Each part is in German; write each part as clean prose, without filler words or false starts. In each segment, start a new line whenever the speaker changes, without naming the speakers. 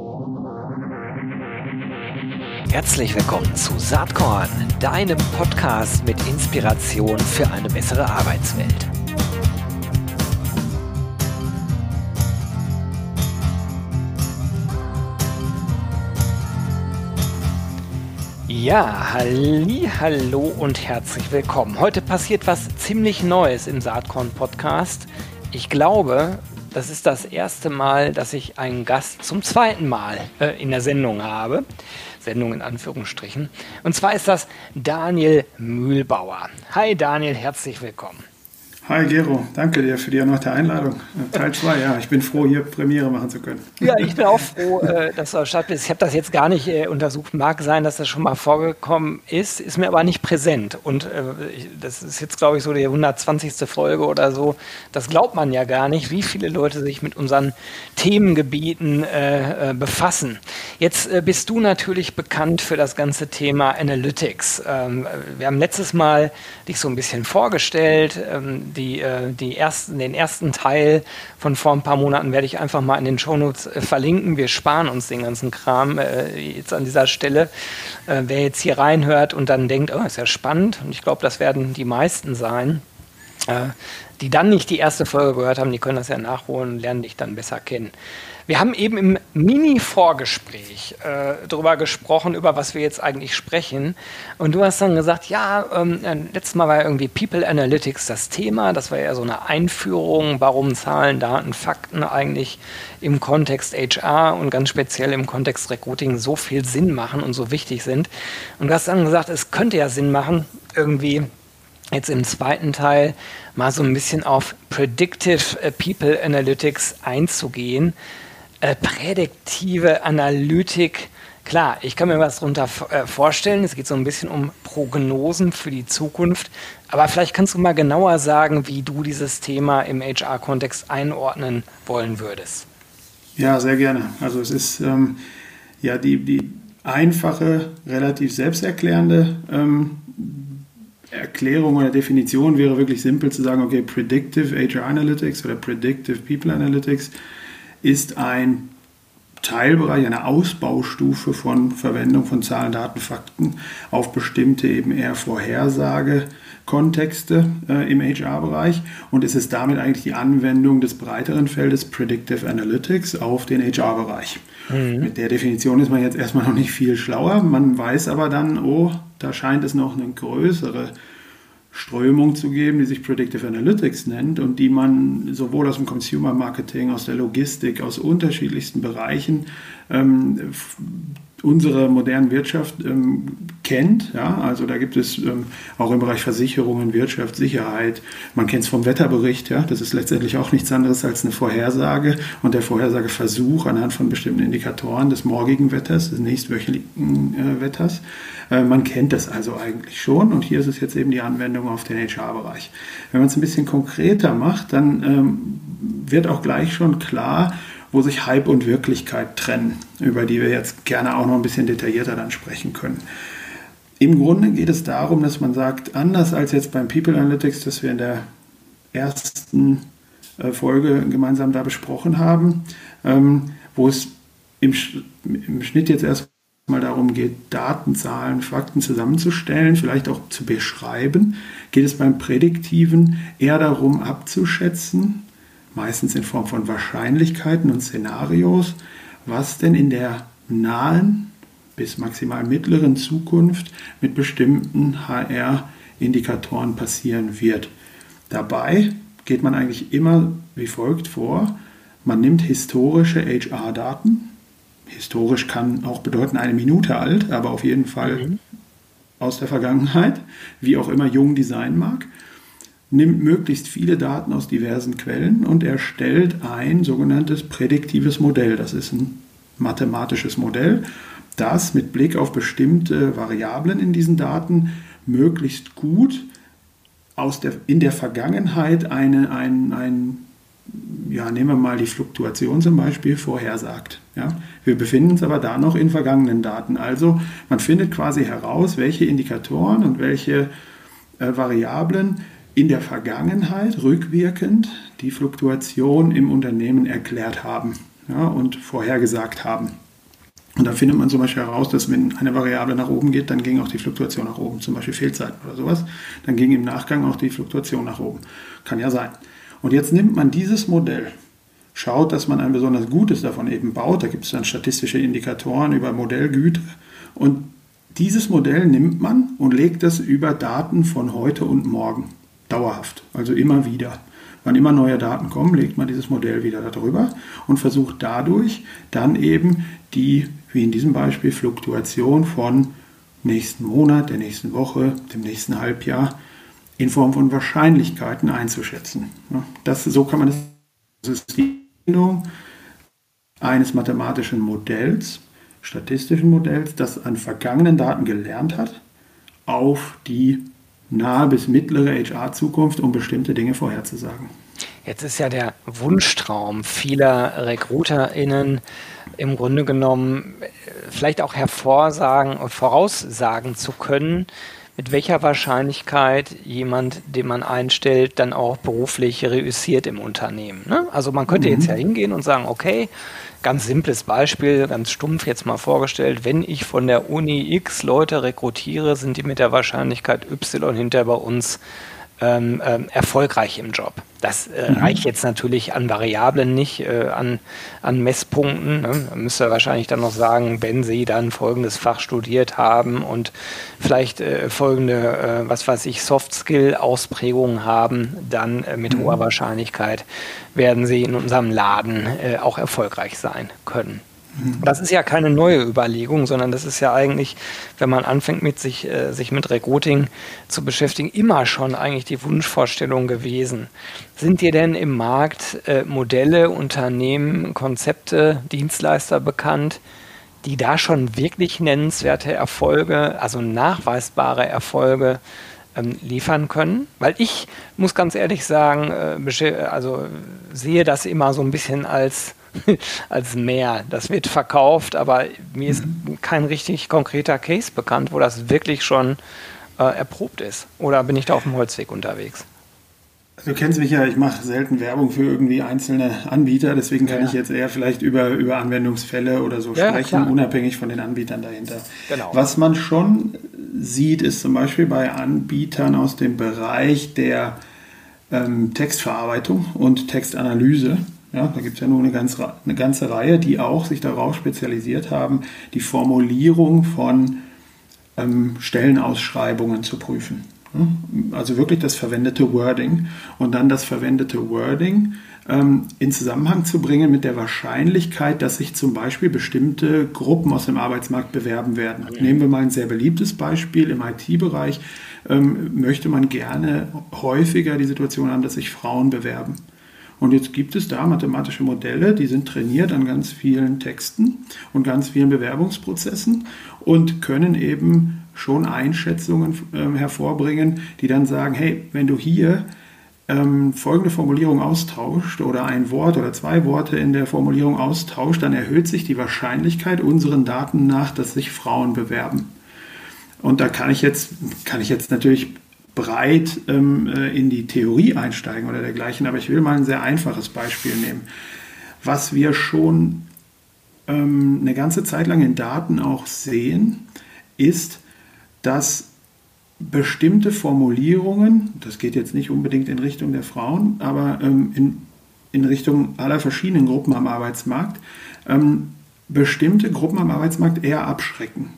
Herzlich willkommen zu Saatkorn, deinem Podcast mit Inspiration für eine bessere Arbeitswelt. Ja, hallo und herzlich willkommen. Heute passiert was ziemlich Neues im Saatkorn-Podcast. Ich glaube, das ist das erste Mal, dass ich einen Gast zum zweiten Mal in der Sendung habe. Sendung in Anführungsstrichen. Und zwar ist das Daniel Mühlbauer. Hi Daniel, herzlich willkommen.
Hi Gero, danke dir für die erneute Einladung. Teil 2, ja, ich bin froh, hier Premiere machen zu können.
Ja, ich bin auch froh, dass du am Start bist. Ich habe das jetzt gar nicht untersucht. Mag sein, dass das schon mal vorgekommen ist mir aber nicht präsent. Und das ist jetzt, glaube ich, so die 120. Folge oder so. Das glaubt man ja gar nicht, wie viele Leute sich mit unseren Themengebieten befassen. Jetzt bist du natürlich bekannt für das ganze Thema Analytics. Wir haben letztes Mal dich so ein bisschen vorgestellt. Den ersten Teil von vor ein paar Monaten werde ich einfach mal in den Shownotes verlinken. Wir sparen uns den ganzen Kram jetzt an dieser Stelle. Wer jetzt hier reinhört und dann denkt, oh, ist ja spannend, und ich glaube, das werden die meisten sein, die dann nicht die erste Folge gehört haben, die können das ja nachholen und lernen dich dann besser kennen. Wir haben eben im Mini-Vorgespräch darüber gesprochen, über was wir jetzt eigentlich sprechen. Und du hast dann gesagt, ja, letztes Mal war ja irgendwie People Analytics das Thema. Das war ja so eine Einführung, warum Zahlen, Daten, Fakten eigentlich im Kontext HR und ganz speziell im Kontext Recruiting so viel Sinn machen und so wichtig sind. Und du hast dann gesagt, es könnte ja Sinn machen, irgendwie jetzt im zweiten Teil mal so ein bisschen auf Predictive People Analytics einzugehen. Prädiktive Analytik, klar, ich kann mir was darunter vorstellen. Es geht so ein bisschen um Prognosen für die Zukunft. Aber vielleicht kannst du mal genauer sagen, wie du dieses Thema im HR-Kontext einordnen wollen würdest.
Ja, sehr gerne. Also es ist die einfache, relativ selbsterklärende Erklärung oder Definition wäre wirklich simpel zu sagen, okay, Predictive HR Analytics oder Predictive People Analytics ist ein Teilbereich, eine Ausbaustufe von Verwendung von Zahlen, Daten, Fakten auf bestimmte eben eher Vorhersagekontexte im HR-Bereich, und es ist damit eigentlich die Anwendung des breiteren Feldes Predictive Analytics auf den HR-Bereich. Mit der Definition ist man jetzt erstmal noch nicht viel schlauer, man weiß aber dann, oh, da scheint es noch eine größere Strömung zu geben, die sich Predictive Analytics nennt und die man sowohl aus dem Consumer Marketing, aus der Logistik, aus unterschiedlichsten Bereichen unserer modernen Wirtschaft kennt. Ja? Also da gibt es auch im Bereich Versicherungen, Wirtschaft, Sicherheit. Man kennt es vom Wetterbericht. Ja? Das ist letztendlich auch nichts anderes als eine Vorhersage und der Vorhersageversuch anhand von bestimmten Indikatoren des morgigen Wetters, des nächstwöchentlichen Wetters. Man kennt das also eigentlich schon, und hier ist es jetzt eben die Anwendung auf den HR-Bereich. Wenn man es ein bisschen konkreter macht, dann wird auch gleich schon klar, wo sich Hype und Wirklichkeit trennen, über die wir jetzt gerne auch noch ein bisschen detaillierter dann sprechen können. Im Grunde geht es darum, dass man sagt, anders als jetzt beim People Analytics, das wir in der ersten Folge gemeinsam da besprochen haben, wo es im Schnitt jetzt erstmal darum geht, Daten, Zahlen, Fakten zusammenzustellen, vielleicht auch zu beschreiben, geht es beim Prädiktiven eher darum abzuschätzen, meistens in Form von Wahrscheinlichkeiten und Szenarios, was denn in der nahen bis maximal mittleren Zukunft mit bestimmten HR-Indikatoren passieren wird. Dabei geht man eigentlich immer wie folgt vor. Man nimmt historische HR-Daten. Historisch kann auch bedeuten 1 Minute alt, aber auf jeden Fall aus der Vergangenheit, wie auch immer jung die sein mag, nimmt möglichst viele Daten aus diversen Quellen und erstellt ein sogenanntes prädiktives Modell. Das ist ein mathematisches Modell, das mit Blick auf bestimmte Variablen in diesen Daten möglichst gut in der Vergangenheit nehmen wir mal die Fluktuation zum Beispiel, vorhersagt. Ja? Wir befinden uns aber da noch in vergangenen Daten. Also man findet quasi heraus, welche Indikatoren und welche Variablen in der Vergangenheit rückwirkend die Fluktuation im Unternehmen erklärt haben, ja, und vorhergesagt haben. Und da findet man zum Beispiel heraus, dass wenn eine Variable nach oben geht, dann ging auch die Fluktuation nach oben, zum Beispiel Fehlzeiten oder sowas. Dann ging im Nachgang auch die Fluktuation nach oben. Kann ja sein. Und jetzt nimmt man dieses Modell, schaut, dass man ein besonders gutes davon eben baut. Da gibt es dann statistische Indikatoren über Modellgüte. Und dieses Modell nimmt man und legt es über Daten von heute und morgen. Dauerhaft, also immer wieder. Wann immer neue Daten kommen, legt man dieses Modell wieder darüber und versucht dadurch dann eben die, wie in diesem Beispiel, Fluktuation von nächsten Monat, der nächsten Woche, dem nächsten Halbjahr in Form von Wahrscheinlichkeiten einzuschätzen. So kann man das ist die Bindung eines mathematischen Modells, statistischen Modells, das an vergangenen Daten gelernt hat, auf die nahe bis mittlere HR-Zukunft, um bestimmte Dinge vorherzusagen.
Jetzt ist ja der Wunschtraum vieler RecruiterInnen im Grunde genommen vielleicht auch voraussagen zu können, mit welcher Wahrscheinlichkeit jemand, den man einstellt, dann auch beruflich reüssiert im Unternehmen. Ne? Also man könnte jetzt ja hingehen und sagen, okay, ganz simples Beispiel, ganz stumpf jetzt mal vorgestellt, wenn ich von der Uni X Leute rekrutiere, sind die mit der Wahrscheinlichkeit Y hinterher bei uns erfolgreich im Job. Das reicht jetzt natürlich an Variablen nicht, an Messpunkten. Ne? Man müsste wahrscheinlich dann noch sagen, wenn Sie dann folgendes Fach studiert haben und vielleicht folgende, Soft-Skill-Ausprägungen haben, dann mit hoher Wahrscheinlichkeit werden Sie in unserem Laden auch erfolgreich sein können. Das ist ja keine neue Überlegung, sondern das ist ja eigentlich, wenn man anfängt, sich mit Recruiting zu beschäftigen, immer schon eigentlich die Wunschvorstellung gewesen. Sind dir denn im Markt Modelle, Unternehmen, Konzepte, Dienstleister bekannt, die da schon wirklich nennenswerte Erfolge, also nachweisbare Erfolge liefern können? Weil ich muss ganz ehrlich sagen, sehe das immer so ein bisschen als mehr. Das wird verkauft, aber mir ist kein richtig konkreter Case bekannt, wo das wirklich schon erprobt ist. Oder bin ich da auf dem Holzweg unterwegs?
Du kennst mich ja, ich mache selten Werbung für irgendwie einzelne Anbieter, deswegen kann ich jetzt eher vielleicht über Anwendungsfälle oder so sprechen, unabhängig von den Anbietern dahinter. Genau. Was man schon sieht, ist zum Beispiel bei Anbietern aus dem Bereich der Textverarbeitung und Textanalyse. Ja, da gibt es ja nur eine ganze Reihe, die auch sich darauf spezialisiert haben, die Formulierung von Stellenausschreibungen zu prüfen. Also wirklich das verwendete Wording und dann das verwendete Wording in Zusammenhang zu bringen mit der Wahrscheinlichkeit, dass sich zum Beispiel bestimmte Gruppen aus dem Arbeitsmarkt bewerben werden. Nehmen wir mal ein sehr beliebtes Beispiel im IT-Bereich. Möchte man gerne häufiger die Situation haben, dass sich Frauen bewerben. Und jetzt gibt es da mathematische Modelle, die sind trainiert an ganz vielen Texten und ganz vielen Bewerbungsprozessen und können eben schon Einschätzungen hervorbringen, die dann sagen, hey, wenn du hier folgende Formulierung austauscht oder ein Wort oder zwei Worte in der Formulierung austauscht, dann erhöht sich die Wahrscheinlichkeit unseren Daten nach, dass sich Frauen bewerben. Und da kann ich jetzt natürlich breit in die Theorie einsteigen oder dergleichen, aber ich will mal ein sehr einfaches Beispiel nehmen. Was wir schon eine ganze Zeit lang in Daten auch sehen, ist, dass bestimmte Formulierungen, das geht jetzt nicht unbedingt in Richtung der Frauen, aber in Richtung aller verschiedenen Gruppen am Arbeitsmarkt, bestimmte Gruppen am Arbeitsmarkt eher abschrecken.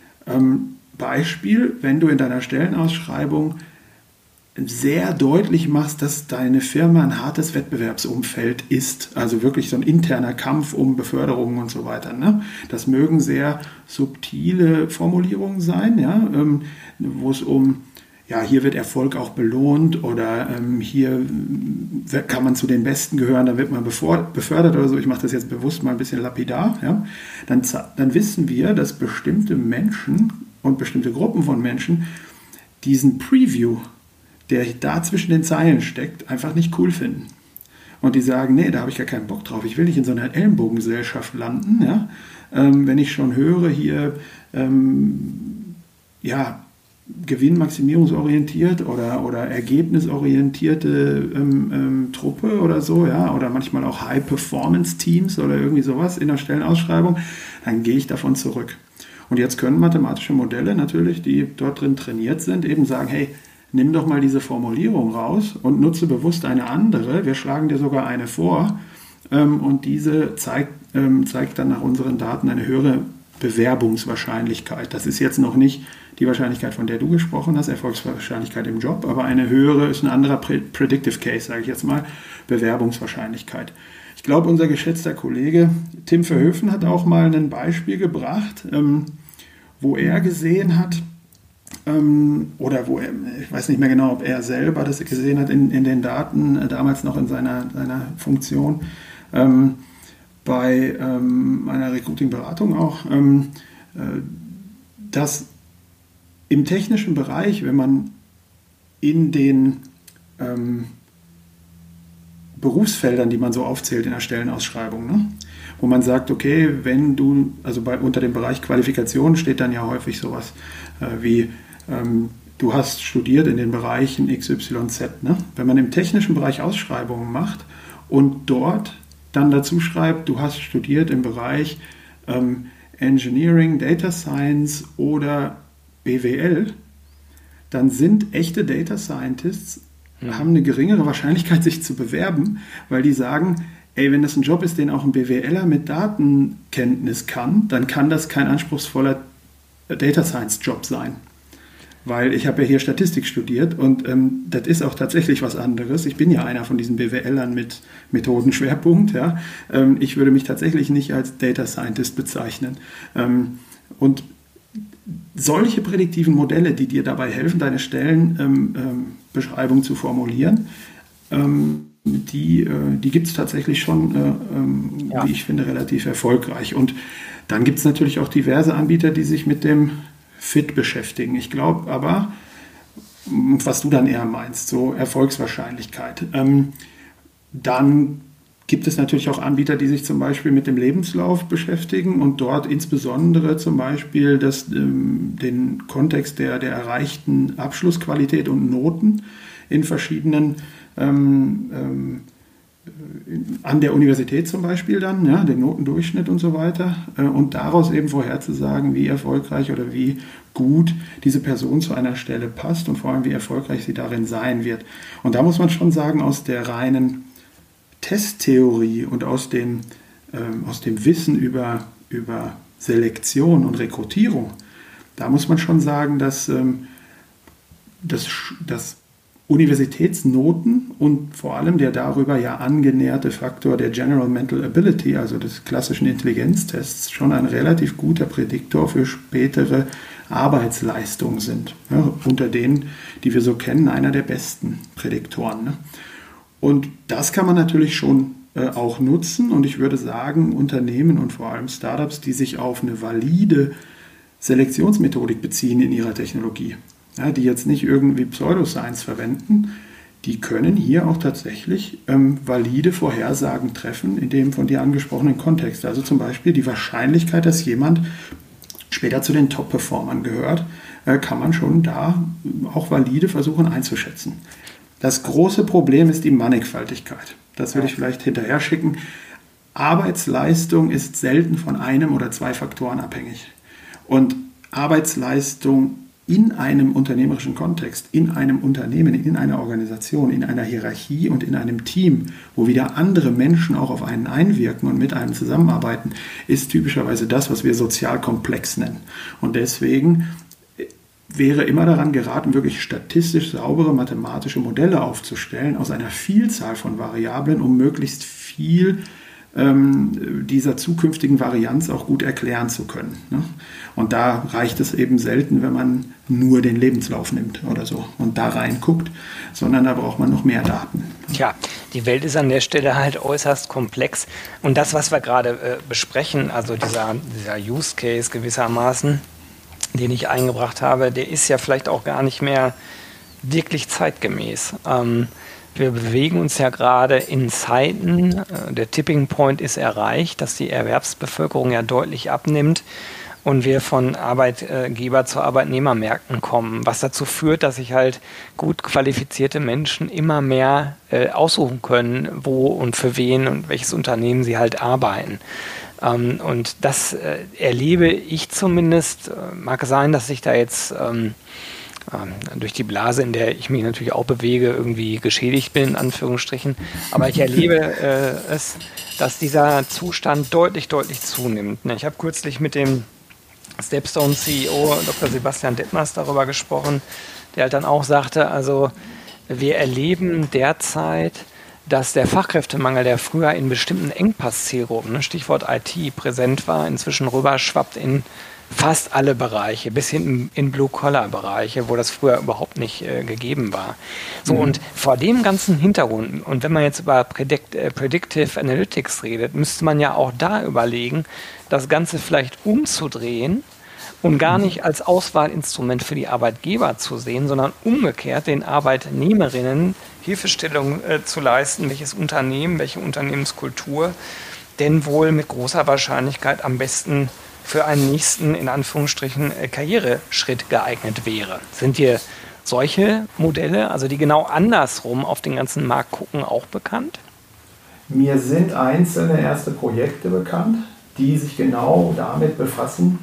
Beispiel, wenn du in deiner Stellenausschreibung sehr deutlich machst, dass deine Firma ein hartes Wettbewerbsumfeld ist, also wirklich so ein interner Kampf um Beförderungen und so weiter. Ne? Das mögen sehr subtile Formulierungen sein, ja? Wo es hier wird Erfolg auch belohnt oder hier kann man zu den Besten gehören, da wird man befördert oder so. Ich mache das jetzt bewusst mal ein bisschen lapidar. Ja? Dann wissen wir, dass bestimmte Menschen und bestimmte Gruppen von Menschen diesen Preview, der da zwischen den Zeilen steckt, einfach nicht cool finden. Und die sagen, nee, da habe ich gar keinen Bock drauf. Ich will nicht in so einer Ellenbogengesellschaft landen. Ja? Wenn ich schon höre, hier gewinnmaximierungsorientiert oder ergebnisorientierte Truppe oder so, ja, oder manchmal auch High-Performance-Teams oder irgendwie sowas in der Stellenausschreibung, dann gehe ich davon zurück. Und jetzt können mathematische Modelle natürlich, die dort drin trainiert sind, eben sagen, hey, nimm doch mal diese Formulierung raus und nutze bewusst eine andere. Wir schlagen dir sogar eine vor und diese zeigt dann nach unseren Daten eine höhere Bewerbungswahrscheinlichkeit. Das ist jetzt noch nicht die Wahrscheinlichkeit, von der du gesprochen hast, Erfolgswahrscheinlichkeit im Job, aber eine höhere ist ein anderer Predictive Case, sage ich jetzt mal, Bewerbungswahrscheinlichkeit. Ich glaube, unser geschätzter Kollege Tim Verhoeven hat auch mal ein Beispiel gebracht, wo er gesehen hat, oder wo er, ich weiß nicht mehr genau, ob er selber das gesehen hat in den Daten, damals noch in seiner Funktion, bei einer Recruiting-Beratung auch, dass im technischen Bereich, wenn man in den Berufsfeldern, die man so aufzählt in der Stellenausschreibung, ne, wo man sagt, okay, wenn du, also unter dem Bereich Qualifikation steht dann ja häufig sowas wie du hast studiert in den Bereichen XYZ. Ne? Wenn man im technischen Bereich Ausschreibungen macht und dort dann dazu schreibt, du hast studiert im Bereich Engineering, Data Science oder BWL, dann sind echte Data Scientists, haben eine geringere Wahrscheinlichkeit, sich zu bewerben, weil die sagen, ey, wenn das ein Job ist, den auch ein BWLer mit Datenkenntnis kann, dann kann das kein anspruchsvoller Data Science Job sein. Weil ich habe ja hier Statistik studiert und das ist auch tatsächlich was anderes. Ich bin ja einer von diesen BWLern mit Methodenschwerpunkt. Ja. Ich würde mich tatsächlich nicht als Data Scientist bezeichnen. Und solche prädiktiven Modelle, die dir dabei helfen, deine Stellenbeschreibung zu formulieren, die gibt es tatsächlich schon, wie ich finde, relativ erfolgreich. Und dann gibt es natürlich auch diverse Anbieter, die sich mit dem Fit beschäftigen. Ich glaube aber, was du dann eher meinst, so Erfolgswahrscheinlichkeit. Dann gibt es natürlich auch Anbieter, die sich zum Beispiel mit dem Lebenslauf beschäftigen und dort insbesondere zum Beispiel den Kontext der erreichten Abschlussqualität und Noten in verschiedenen an der Universität zum Beispiel dann, ja, den Notendurchschnitt und so weiter und daraus eben vorherzusagen, wie erfolgreich oder wie gut diese Person zu einer Stelle passt und vor allem, wie erfolgreich sie darin sein wird. Und da muss man schon sagen, aus der reinen Testtheorie und aus dem Wissen über Selektion und Rekrutierung, da muss man schon sagen, dass Universitätsnoten und vor allem der darüber ja angenäherte Faktor der General Mental Ability, also des klassischen Intelligenztests, schon ein relativ guter Prädiktor für spätere Arbeitsleistungen sind. Ja, unter denen, die wir so kennen, einer der besten Prädiktoren. Ne? Und das kann man natürlich schon auch nutzen. Und ich würde sagen, Unternehmen und vor allem Startups, die sich auf eine valide Selektionsmethodik beziehen in ihrer Technologie, ja, die jetzt nicht irgendwie Pseudoscience verwenden, die können hier auch tatsächlich valide Vorhersagen treffen in dem von dir angesprochenen Kontext. Also zum Beispiel die Wahrscheinlichkeit, dass jemand später zu den Top-Performern gehört, kann man schon da auch valide versuchen einzuschätzen. Das große Problem ist die Mannigfaltigkeit. Das würde ich vielleicht hinterher schicken. Arbeitsleistung ist selten von einem oder zwei Faktoren abhängig. Und Arbeitsleistung in einem unternehmerischen Kontext, in einem Unternehmen, in einer Organisation, in einer Hierarchie und in einem Team, wo wieder andere Menschen auch auf einen einwirken und mit einem zusammenarbeiten, ist typischerweise das, was wir sozial komplex nennen. Und deswegen wäre immer daran geraten, wirklich statistisch saubere mathematische Modelle aufzustellen aus einer Vielzahl von Variablen, um möglichst viel dieser zukünftigen Varianz auch gut erklären zu können. Ne? Und da reicht es eben selten, wenn man nur den Lebenslauf nimmt oder so und da reinguckt, sondern da braucht man noch mehr Daten.
Tja, die Welt ist an der Stelle halt äußerst komplex. Und das, was wir gerade besprechen, also dieser Use Case gewissermaßen, den ich eingebracht habe, der ist ja vielleicht auch gar nicht mehr wirklich zeitgemäß. Wir bewegen uns ja gerade in Zeiten, der Tipping Point ist erreicht, dass die Erwerbsbevölkerung ja deutlich abnimmt und wir von Arbeitgeber zu Arbeitnehmermärkten kommen, was dazu führt, dass sich halt gut qualifizierte Menschen immer mehr aussuchen können, wo und für wen und welches Unternehmen sie halt arbeiten. Und das erlebe ich zumindest. Mag sein, dass sich da jetzt durch die Blase, in der ich mich natürlich auch bewege, irgendwie geschädigt bin, in Anführungsstrichen. Aber ich erlebe es, dass dieser Zustand deutlich, deutlich zunimmt. Ich habe kürzlich mit dem Stepstone-CEO Dr. Sebastian Detmers darüber gesprochen, der halt dann auch sagte, also wir erleben derzeit, dass der Fachkräftemangel, der früher in bestimmten Engpasszielgruppen, Stichwort IT, präsent war, inzwischen rüberschwappt in fast alle Bereiche, bis hin in Blue-Collar-Bereiche, wo das früher überhaupt nicht gegeben war. So, und vor dem ganzen Hintergrund, und wenn man jetzt über Predictive Analytics redet, müsste man ja auch da überlegen, das Ganze vielleicht umzudrehen und gar nicht als Auswahlinstrument für die Arbeitgeber zu sehen, sondern umgekehrt den Arbeitnehmerinnen Hilfestellung zu leisten, welches Unternehmen, welche Unternehmenskultur denn wohl mit großer Wahrscheinlichkeit am besten für einen nächsten, in Anführungsstrichen, Karriereschritt geeignet wäre. Sind dir solche Modelle, also die genau andersrum auf den ganzen Markt gucken, auch bekannt?
Mir sind einzelne erste Projekte bekannt, die sich genau damit befassen,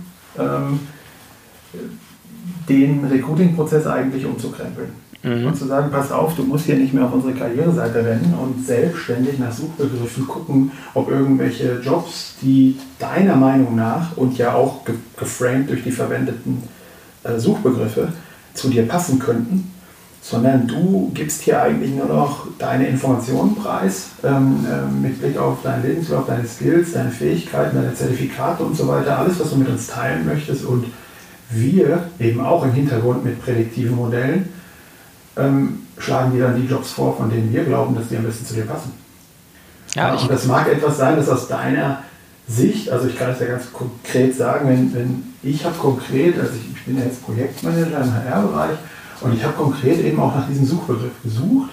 den Recruiting-Prozess eigentlich umzukrempeln. Und zu sagen, passt auf, du musst hier nicht mehr auf unsere Karriereseite rennen und selbstständig nach Suchbegriffen gucken, ob irgendwelche Jobs, die deiner Meinung nach und ja auch geframed durch die verwendeten Suchbegriffe zu dir passen könnten, sondern du gibst hier eigentlich nur noch deine Informationen preis, mit Blick auf deinen Lebenslauf, deine Skills, deine Fähigkeiten, deine Zertifikate und so weiter, alles, was du mit uns teilen möchtest, und wir eben auch im Hintergrund mit prädiktiven Modellen schlagen dir dann die Jobs vor, von denen wir glauben, dass die am besten zu dir passen. Ja, und das mag etwas sein, das aus deiner Sicht, also ich kann es ja ganz konkret sagen, wenn ich habe konkret, also ich bin ja jetzt Projektmanager im HR-Bereich, und ich habe konkret eben auch nach diesem Suchbegriff gesucht.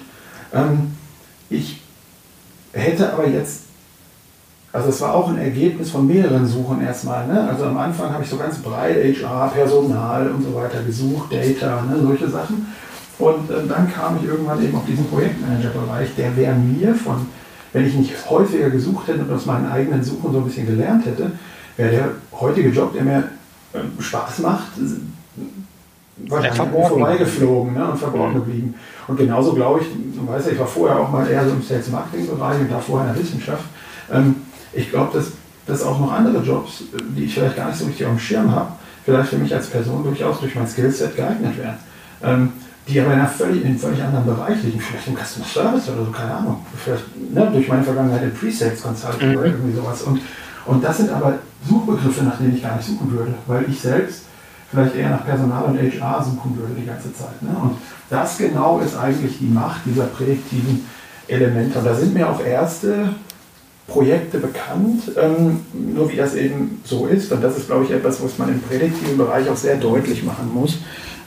Ich hätte aber jetzt, also es war auch ein Ergebnis von mehreren Suchen erstmal, ne? Also am Anfang habe ich so ganz breit HR, Personal und so weiter gesucht, Data, ne? Solche Sachen. Und dann kam ich irgendwann eben auf diesen Projektmanager-Bereich, der wäre mir von, wenn ich nicht häufiger gesucht hätte und aus meinen eigenen Suchen so ein bisschen gelernt hätte, wäre der heutige Job, der mir Spaß macht, wahrscheinlich vorbeigeflogen, ne, und verborgen geblieben. Und genauso glaube ich, du weißt ja, ich war vorher auch mal eher so im Sales-Marketing-Bereich und da vorher in der Wissenschaft. Ich glaube, dass auch noch andere Jobs, die ich vielleicht gar nicht so richtig auf dem Schirm habe, vielleicht für mich als Person durchaus durch mein Skillset geeignet wären. Die aber in einem völlig anderen Bereich liegen, vielleicht im Customer Service oder so, keine Ahnung. Vielleicht durch meine Vergangenheit im Pre-Sales Consulting oder irgendwie sowas. Und das sind aber Suchbegriffe, nach denen ich gar nicht suchen würde, weil ich selbst vielleicht eher nach Personal und HR suchen würde die ganze Zeit. Ne? Und das genau ist eigentlich die Macht dieser prädiktiven Elemente. Und da sind mir auch erste Projekte bekannt, nur wie das eben so ist. Und das ist, glaube ich, etwas, was man im prädiktiven Bereich auch sehr deutlich machen muss.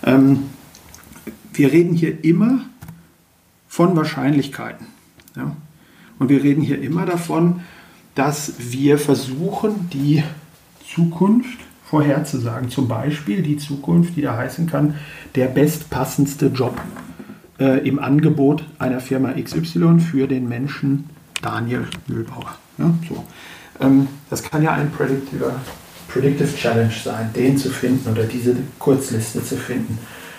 Wir reden hier immer von Wahrscheinlichkeiten. Ja? Und wir reden hier immer davon, dass wir versuchen, die Zukunft vorherzusagen. Zum Beispiel die Zukunft, die da heißen kann, der bestpassendste Job im Angebot einer Firma XY für den Menschen Daniel Mühlbauer. Ja, so. Das kann ja ein Predictive Challenge sein, den zu finden oder diese Kurzliste zu finden.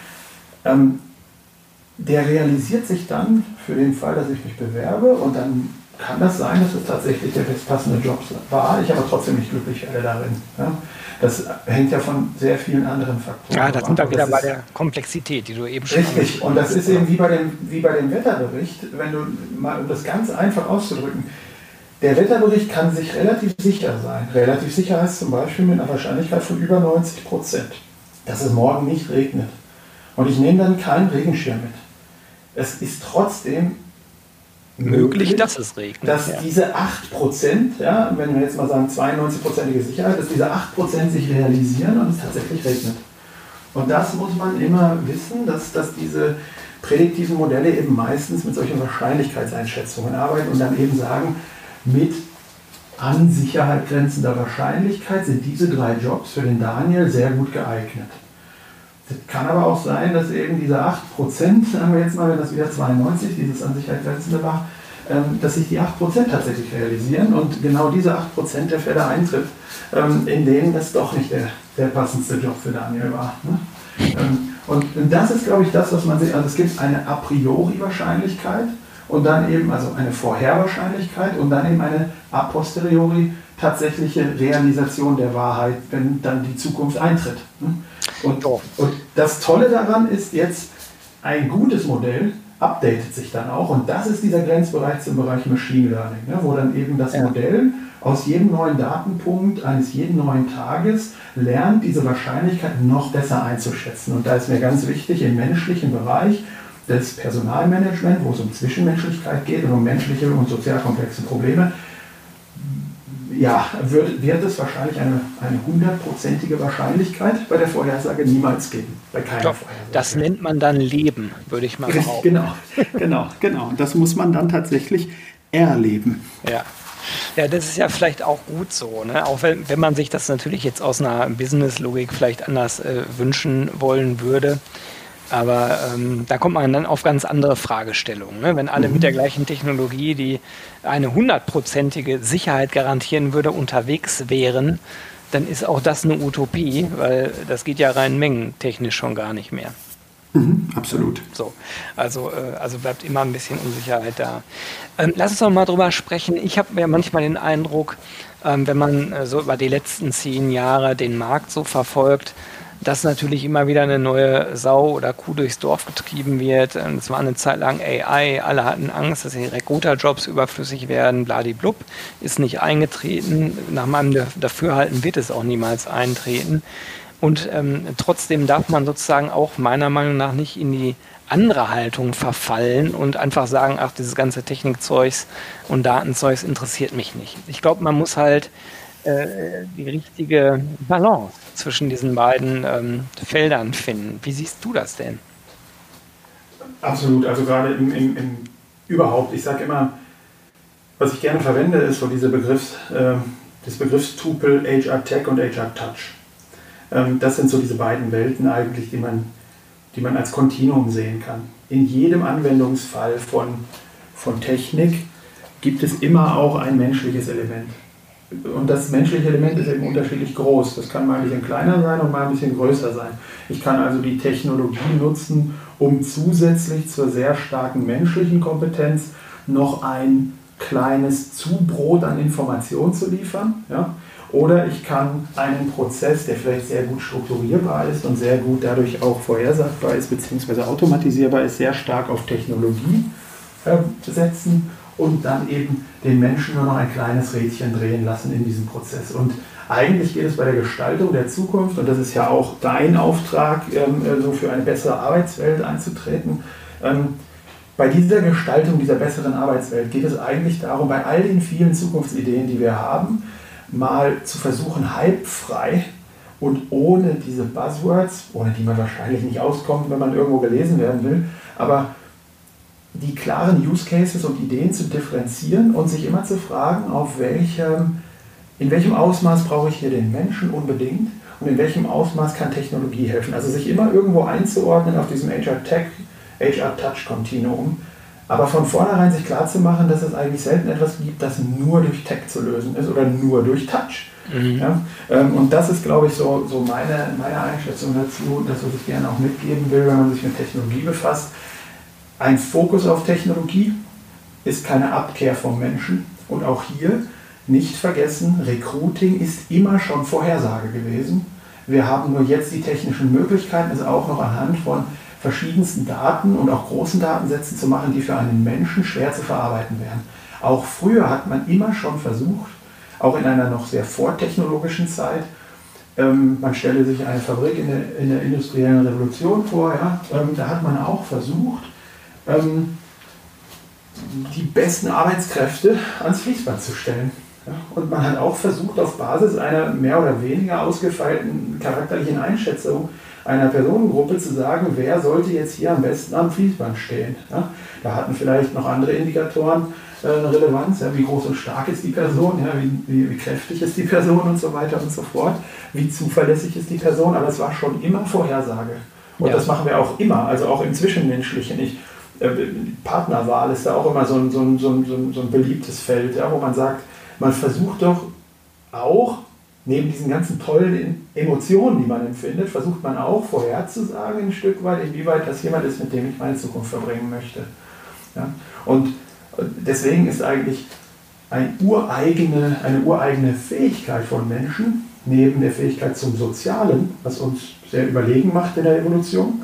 Der realisiert sich dann für den Fall, dass ich mich bewerbe, und dann kann das sein, dass es tatsächlich der bestpassende Job war, ich aber trotzdem nicht glücklich werde darin. Ja? Das hängt ja von sehr vielen anderen Faktoren ab.
Ja, da sind wir wieder bei der Komplexität, die du eben schon
hast. Richtig, und das ist eben wie bei dem Wetterbericht, wenn du mal, um das ganz einfach auszudrücken, der Wetterbericht kann sich relativ sicher sein. Relativ sicher heißt zum Beispiel mit einer Wahrscheinlichkeit von über 90%, dass es morgen nicht regnet. Und ich nehme dann keinen Regenschirm mit. Es ist trotzdem
möglich, dass es regnet.
Dass diese 8%, ja, wenn wir jetzt mal sagen 92%ige Sicherheit, dass diese 8% sich realisieren und es tatsächlich regnet. Und das muss man immer wissen, dass diese prädiktiven Modelle eben meistens mit solchen Wahrscheinlichkeitseinschätzungen arbeiten und dann eben sagen, mit an Sicherheit grenzender Wahrscheinlichkeit sind diese 3 Jobs für den Daniel sehr gut geeignet. Es kann aber auch sein, dass eben diese 8%, sagen wir jetzt mal, wenn das wieder 92, dieses an Sicherheit grenzende war, dass sich die 8% tatsächlich realisieren und genau diese 8% der Fälle eintritt, in denen das doch nicht der passendste Job für Daniel war. Ne? Und das ist, glaube ich, das, was man sieht. Also es gibt eine a priori Wahrscheinlichkeit und dann eben, also eine Vorherwahrscheinlichkeit und dann eben eine a posteriori tatsächliche Realisation der Wahrheit, wenn dann die Zukunft eintritt. Ne? Und das Tolle daran ist jetzt, ein gutes Modell updatet sich dann auch und das ist dieser Grenzbereich zum Bereich Machine Learning, ne, wo dann eben das Modell aus jedem neuen Datenpunkt eines jeden neuen Tages lernt, diese Wahrscheinlichkeit noch besser einzuschätzen. Und da ist mir ganz wichtig, im menschlichen Bereich des Personalmanagement, wo es um Zwischenmenschlichkeit geht und um menschliche und sozial komplexe Probleme, ja, wird es wahrscheinlich eine 100%ige Wahrscheinlichkeit bei der Vorhersage niemals geben. Bei keiner Vorhersage.
Das nennt man dann Leben, würde ich mal behaupten.
Genau. Das muss man dann tatsächlich erleben.
Ja, das ist ja vielleicht auch gut so, ne? Auch wenn man sich das natürlich jetzt aus einer Business-Logik vielleicht anders wünschen wollen würde. Aber da kommt man dann auf ganz andere Fragestellungen. Ne? Wenn alle mit der gleichen Technologie, die eine 100%ige Sicherheit garantieren würde, unterwegs wären, dann ist auch das eine Utopie, weil das geht ja rein mengentechnisch schon gar nicht mehr.
Absolut.
So, also bleibt immer ein bisschen Unsicherheit da. Lass uns doch mal drüber sprechen. Ich habe ja manchmal den Eindruck, wenn man so über die letzten 10 Jahre den Markt so verfolgt, dass natürlich immer wieder eine neue Sau oder Kuh durchs Dorf getrieben wird. Es war eine Zeit lang AI, alle hatten Angst, dass die Recruiter-Jobs überflüssig werden, bladiblub, ist nicht eingetreten. Nach meinem Dafürhalten wird es auch niemals eintreten. Und trotzdem darf man sozusagen auch meiner Meinung nach nicht in die andere Haltung verfallen und einfach sagen, ach, dieses ganze Technikzeugs und Datenzeugs interessiert mich nicht. Ich glaube, man muss halt die richtige Balance zwischen diesen beiden Feldern finden. Wie siehst du das denn?
Absolut, also gerade im überhaupt, ich sage immer, was ich gerne verwende, ist so diese das Begriffstupel HR Tech und HR Touch. Das sind so diese beiden Welten eigentlich, die man als Kontinuum sehen kann. In jedem Anwendungsfall von Technik gibt es immer auch ein menschliches Element. Und das menschliche Element ist eben unterschiedlich groß. Das kann mal ein bisschen kleiner sein und mal ein bisschen größer sein. Ich kann also die Technologie nutzen, um zusätzlich zur sehr starken menschlichen Kompetenz noch ein kleines Zubrot an Informationen zu liefern. Ja? Oder ich kann einen Prozess, der vielleicht sehr gut strukturierbar ist und sehr gut dadurch auch vorhersagbar ist bzw. automatisierbar ist, sehr stark auf Technologie setzen und dann eben den Menschen nur noch ein kleines Rädchen drehen lassen in diesem Prozess. Und eigentlich geht es bei der Gestaltung der Zukunft, und das ist ja auch dein Auftrag, so für eine bessere Arbeitswelt einzutreten, bei dieser Gestaltung dieser besseren Arbeitswelt geht es eigentlich darum, bei all den vielen Zukunftsideen, die wir haben, mal zu versuchen, hypefrei und ohne diese Buzzwords, ohne die man wahrscheinlich nicht auskommt, wenn man irgendwo gelesen werden will, aber die klaren Use Cases und Ideen zu differenzieren und sich immer zu fragen, in welchem Ausmaß brauche ich hier den Menschen unbedingt und in welchem Ausmaß kann Technologie helfen. Also sich immer irgendwo einzuordnen auf diesem HR Tech, HR Touch Kontinuum, aber von vornherein sich klar zu machen, dass es eigentlich selten etwas gibt, das nur durch Tech zu lösen ist oder nur durch Touch. Ja? Und das ist, glaube ich, so meine Einschätzung dazu, das, was ich gerne auch mitgeben will, wenn man sich mit Technologie befasst. Ein Fokus auf Technologie ist keine Abkehr vom Menschen. Und auch hier nicht vergessen, Recruiting ist immer schon Vorhersage gewesen. Wir haben nur jetzt die technischen Möglichkeiten, es auch noch anhand von verschiedensten Daten und auch großen Datensätzen zu machen, die für einen Menschen schwer zu verarbeiten wären. Auch früher hat man immer schon versucht, auch in einer noch sehr vortechnologischen Zeit, man stelle sich eine Fabrik in der industriellen Revolution vor, ja, da hat man auch versucht, die besten Arbeitskräfte ans Fließband zu stellen. Ja, und man hat auch versucht, auf Basis einer mehr oder weniger ausgefeilten charakterlichen Einschätzung einer Personengruppe zu sagen, wer sollte jetzt hier am besten am Fließband stehen. Ja, da hatten vielleicht noch andere Indikatoren eine Relevanz. Ja, wie groß und stark ist die Person, ja, wie kräftig ist die Person und so weiter und so fort. Wie zuverlässig ist die Person, aber es war schon immer Vorhersage. Und das machen wir auch immer, also auch im Zwischenmenschlichen. Partnerwahl ist da auch immer so ein beliebtes Feld, ja, wo man sagt, man versucht doch auch, neben diesen ganzen tollen Emotionen, die man empfindet, versucht man auch vorherzusagen ein Stück weit, inwieweit das jemand ist, mit dem ich meine Zukunft verbringen möchte. Ja? Und deswegen ist eigentlich eine ureigene Fähigkeit von Menschen, neben der Fähigkeit zum Sozialen, was uns sehr überlegen macht in der Evolution,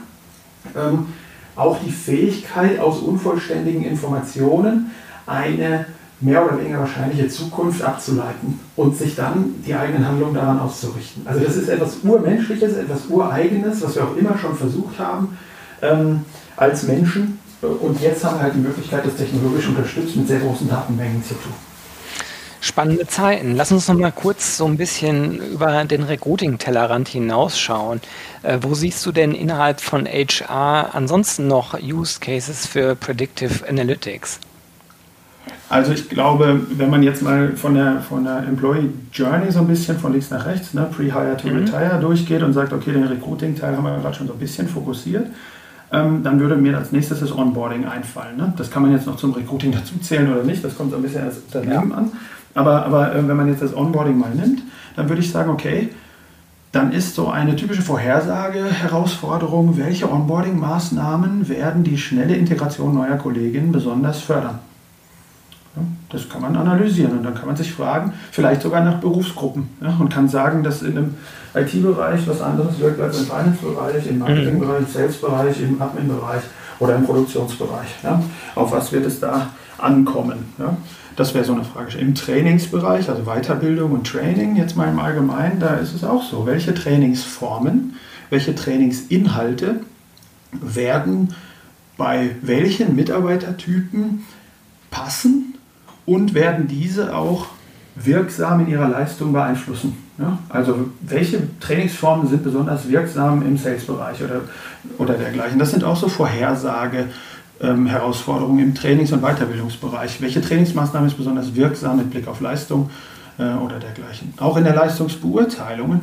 auch die Fähigkeit, aus unvollständigen Informationen eine mehr oder weniger wahrscheinliche Zukunft abzuleiten und sich dann die eigenen Handlungen daran auszurichten. Also das ist etwas Urmenschliches, etwas Ureigenes, was wir auch immer schon versucht haben als Menschen. Und jetzt haben wir halt die Möglichkeit, das technologisch unterstützt mit sehr großen Datenmengen zu tun.
Spannende Zeiten. Lass uns noch mal kurz so ein bisschen über den Recruiting-Tellerrand hinausschauen. Wo siehst du denn innerhalb von HR ansonsten noch Use Cases für Predictive Analytics?
Also ich glaube, wenn man jetzt mal von der Employee Journey so ein bisschen von links nach rechts, ne, Pre-Hire to Retire durchgeht und sagt, okay, den Recruiting-Teil haben wir gerade schon so ein bisschen fokussiert, dann würde mir als nächstes das Onboarding einfallen. Ne? Das kann man jetzt noch zum Recruiting dazuzählen oder nicht, das kommt so ein bisschen als Unternehmen an. Aber wenn man jetzt das Onboarding mal nimmt, dann würde ich sagen, okay, dann ist so eine typische Vorhersage-Herausforderung, welche Onboarding-Maßnahmen werden die schnelle Integration neuer Kolleginnen besonders fördern. Ja, das kann man analysieren und dann kann man sich fragen, vielleicht sogar nach Berufsgruppen, ja, und kann sagen, dass in einem IT-Bereich was anderes wirkt als im Finance-Bereich, im Marketing-Bereich, im Sales-Bereich, im Admin-Bereich oder im Produktionsbereich. Ja. Auf was wird es da ankommen? Ja. Das wäre so eine Frage. Im Trainingsbereich, also Weiterbildung und Training, jetzt mal im Allgemeinen, da ist es auch so. Welche Trainingsformen, welche Trainingsinhalte werden bei welchen Mitarbeitertypen passen und werden diese auch wirksam in ihrer Leistung beeinflussen? Ja? Also welche Trainingsformen sind besonders wirksam im Sales-Bereich oder dergleichen? Das sind auch so Herausforderungen im Trainings- und Weiterbildungsbereich. Welche Trainingsmaßnahme ist besonders wirksam mit Blick auf Leistung oder dergleichen? Auch in der Leistungsbeurteilungen,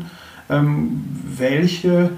welche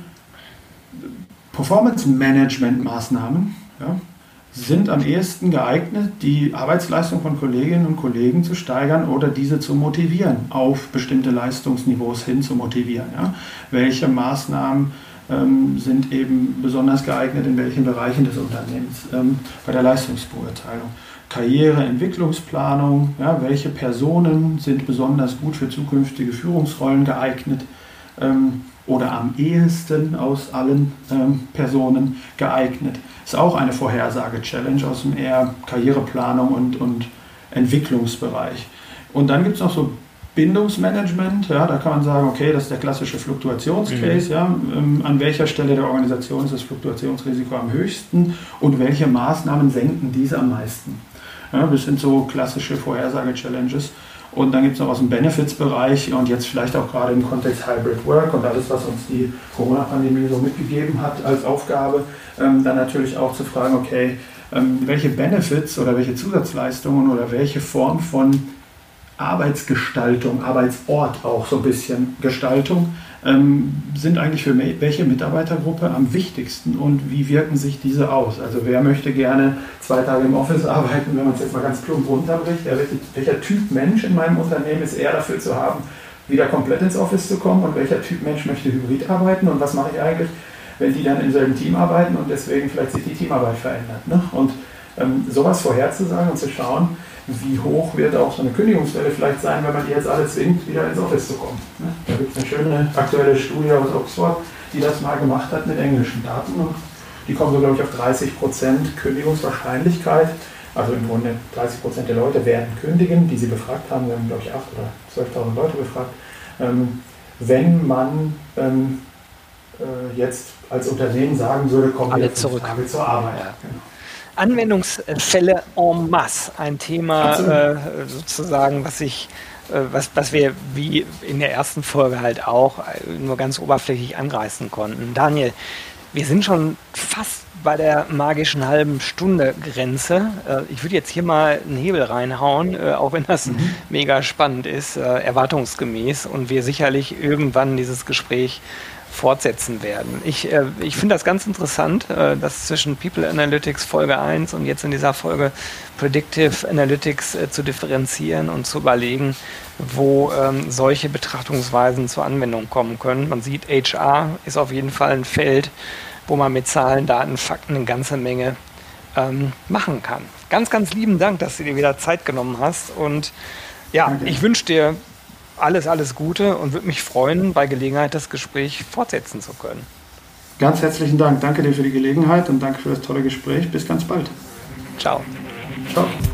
Performance-Management-Maßnahmen sind am ehesten geeignet, die Arbeitsleistung von Kolleginnen und Kollegen zu steigern oder diese zu motivieren, auf bestimmte Leistungsniveaus hin zu motivieren. Ja? Welche Maßnahmen sind eben besonders geeignet in welchen Bereichen des Unternehmens bei der Leistungsbeurteilung. Karriere, Entwicklungsplanung, ja, welche Personen sind besonders gut für zukünftige Führungsrollen geeignet oder am ehesten aus allen Personen geeignet. Ist auch eine Vorhersage-Challenge aus dem eher Karriereplanung und Entwicklungsbereich. Und dann gibt es noch so Bindungsmanagement, ja, da kann man sagen, okay, das ist der klassische Fluktuationscase, ja, an welcher Stelle der Organisation ist das Fluktuationsrisiko am höchsten und welche Maßnahmen senken diese am meisten. Ja, das sind so klassische Vorhersage-Challenges. Und dann gibt es noch aus dem Benefits-Bereich und jetzt vielleicht auch gerade im Kontext Hybrid Work und alles, was uns die Corona-Pandemie so mitgegeben hat als Aufgabe, dann natürlich auch zu fragen, okay, welche Benefits oder welche Zusatzleistungen oder welche Form von Arbeitsgestaltung, Arbeitsort auch so ein bisschen Gestaltung, sind eigentlich für welche Mitarbeitergruppe am wichtigsten und wie wirken sich diese aus? Also wer möchte gerne 2 Tage im Office arbeiten, wenn man es jetzt mal ganz plump runterbricht? Welcher Typ Mensch in meinem Unternehmen ist eher dafür zu haben, wieder komplett ins Office zu kommen und welcher Typ Mensch möchte hybrid arbeiten und was mache ich eigentlich, wenn die dann im selben Team arbeiten und deswegen vielleicht sich die Teamarbeit verändert? Ne? Und sowas vorherzusagen und zu schauen, wie hoch wird auch so eine Kündigungswelle vielleicht sein, wenn man die jetzt alle zwingt, wieder ins Office zu kommen. Da gibt es eine schöne aktuelle Studie aus Oxford, die das mal gemacht hat mit englischen Daten. Und die kommen so, glaube ich, auf 30% Kündigungswahrscheinlichkeit. Also im Grunde 30% der Leute werden kündigen, die sie befragt haben. Wir haben, glaube ich, 8.000 oder 12.000 Leute befragt. Wenn man jetzt als Unternehmen sagen würde, kommen wir 5 Tage zur Arbeit. Ja. Genau.
Anwendungsfälle en masse, ein Thema sozusagen, was wir wie in der ersten Folge halt auch nur ganz oberflächlich angreifen konnten. Daniel, Wir sind schon fast bei der magischen halben Stunde Grenze. Ich würde jetzt hier mal einen Hebel reinhauen, auch wenn das mega spannend ist, erwartungsgemäß, und wir sicherlich irgendwann dieses Gespräch fortsetzen werden. Ich finde das ganz interessant, das zwischen People Analytics Folge 1 und jetzt in dieser Folge Predictive Analytics zu differenzieren und zu überlegen, wo solche Betrachtungsweisen zur Anwendung kommen können. Man sieht, HR ist auf jeden Fall ein Feld, wo man mit Zahlen, Daten, Fakten eine ganze Menge machen kann. Ganz, ganz lieben Dank, dass du dir wieder Zeit genommen hast, und ja, okay. Ich wünsche dir alles Gute und würde mich freuen, bei Gelegenheit das Gespräch fortsetzen zu können.
Ganz herzlichen Dank. Danke dir für die Gelegenheit und danke für das tolle Gespräch. Bis ganz bald.
Ciao.
Ciao.